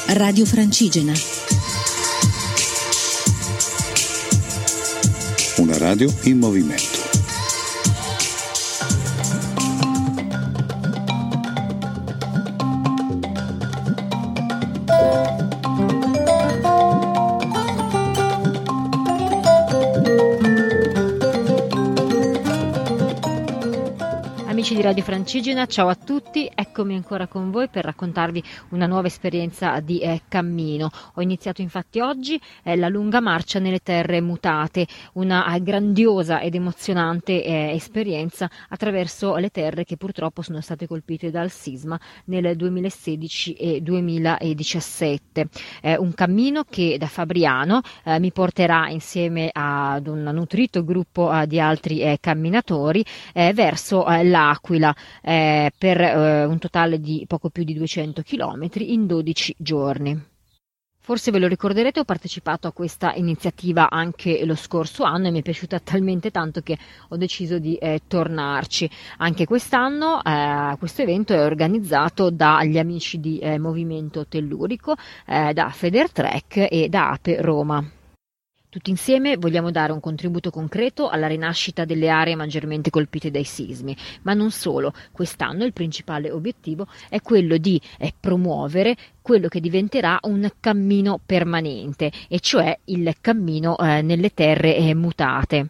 Radio Francigena. Una radio in movimento. Amici di Radio Francigena, ciao a tutti, eccomi ancora con voi per raccontarvi una nuova esperienza di cammino. Ho iniziato infatti oggi la lunga marcia nelle terre mutate, una grandiosa ed emozionante esperienza attraverso le terre che purtroppo sono state colpite dal sisma nel 2016 e 2017. Un cammino che da Fabriano mi porterà insieme ad un nutrito gruppo di altri camminatori verso l'Aquila per un totale di poco più di 200 chilometri in 12 giorni. Forse ve lo ricorderete, ho partecipato a questa iniziativa anche lo scorso anno e mi è piaciuta talmente tanto che ho deciso di tornarci. Anche quest'anno questo evento è organizzato dagli amici di Movimento Tellurico, da Federtrek e da Ape Roma. Tutti insieme vogliamo dare un contributo concreto alla rinascita delle aree maggiormente colpite dai sismi, ma non solo. Quest'anno il principale obiettivo è quello di promuovere quello che diventerà un cammino permanente, e cioè il cammino nelle terre mutate.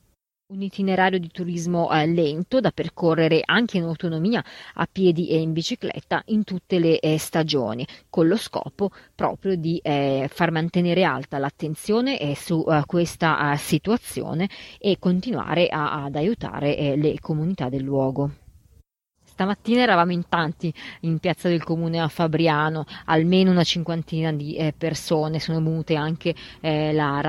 Un itinerario di turismo lento da percorrere anche in autonomia, a piedi e in bicicletta, in tutte le stagioni, con lo scopo proprio di far mantenere alta l'attenzione su questa situazione e continuare ad aiutare le comunità del luogo. Stamattina eravamo in tanti in piazza del Comune a Fabriano, almeno una cinquantina di persone, sono venute anche la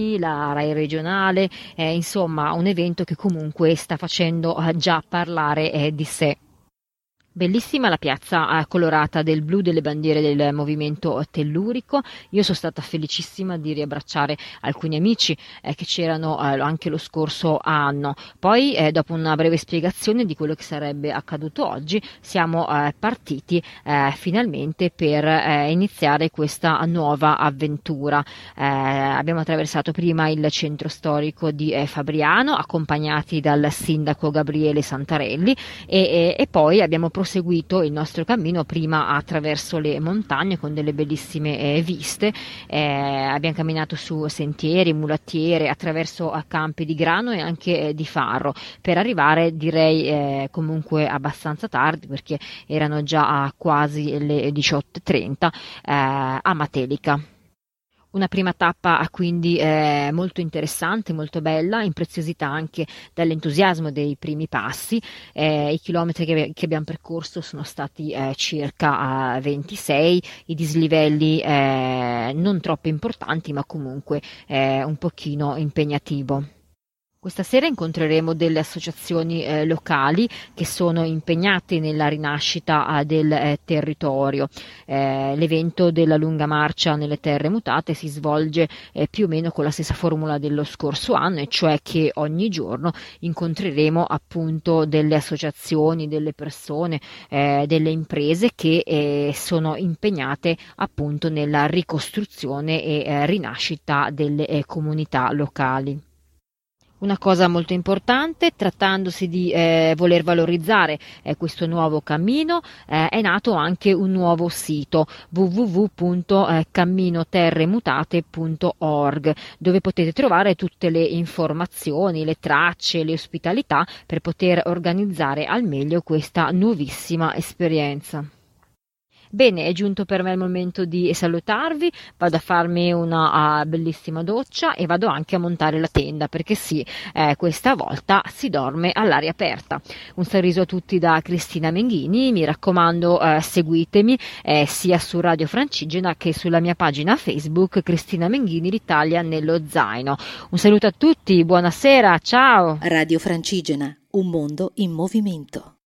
RAI regionale, insomma un evento che comunque sta facendo già parlare di sé. Bellissima la piazza colorata del blu delle bandiere del movimento tellurico. Io sono stata felicissima di riabbracciare alcuni amici che c'erano anche lo scorso anno. Poi dopo una breve spiegazione di quello che sarebbe accaduto oggi, siamo partiti finalmente per iniziare questa nuova avventura. Abbiamo attraversato prima il centro storico di Fabriano, accompagnati dal sindaco Gabriele Santarelli, e poi abbiamo proseguito il nostro cammino prima attraverso le montagne con delle bellissime viste. Abbiamo camminato su sentieri, mulattiere, attraverso campi di grano e anche di farro, per arrivare, direi comunque abbastanza tardi, perché erano già quasi le 18:30, a Matelica. Una prima tappa quindi molto interessante, molto bella, impreziosita anche dall'entusiasmo dei primi passi. I chilometri che abbiamo percorso sono stati circa 26, i dislivelli non troppo importanti, ma comunque un pochino impegnativo. Questa sera incontreremo delle associazioni locali che sono impegnate nella rinascita del territorio. L'evento della lunga marcia nelle terre mutate si svolge più o meno con la stessa formula dello scorso anno, e cioè che ogni giorno incontreremo appunto delle associazioni, delle persone, delle imprese che sono impegnate appunto nella ricostruzione e rinascita delle comunità locali. Una cosa molto importante, trattandosi di voler valorizzare questo nuovo cammino, è nato anche un nuovo sito, www.camminoterremutate.org, dove potete trovare tutte le informazioni, le tracce, le ospitalità per poter organizzare al meglio questa nuovissima esperienza. Bene, è giunto per me il momento di salutarvi, vado a farmi una bellissima doccia e vado anche a montare la tenda, perché sì, questa volta si dorme all'aria aperta. Un sorriso a tutti da Cristina Menghini, mi raccomando seguitemi sia su Radio Francigena che sulla mia pagina Facebook Cristina Menghini l'Italia nello zaino. Un saluto a tutti, buonasera, ciao! Radio Francigena, un mondo in movimento.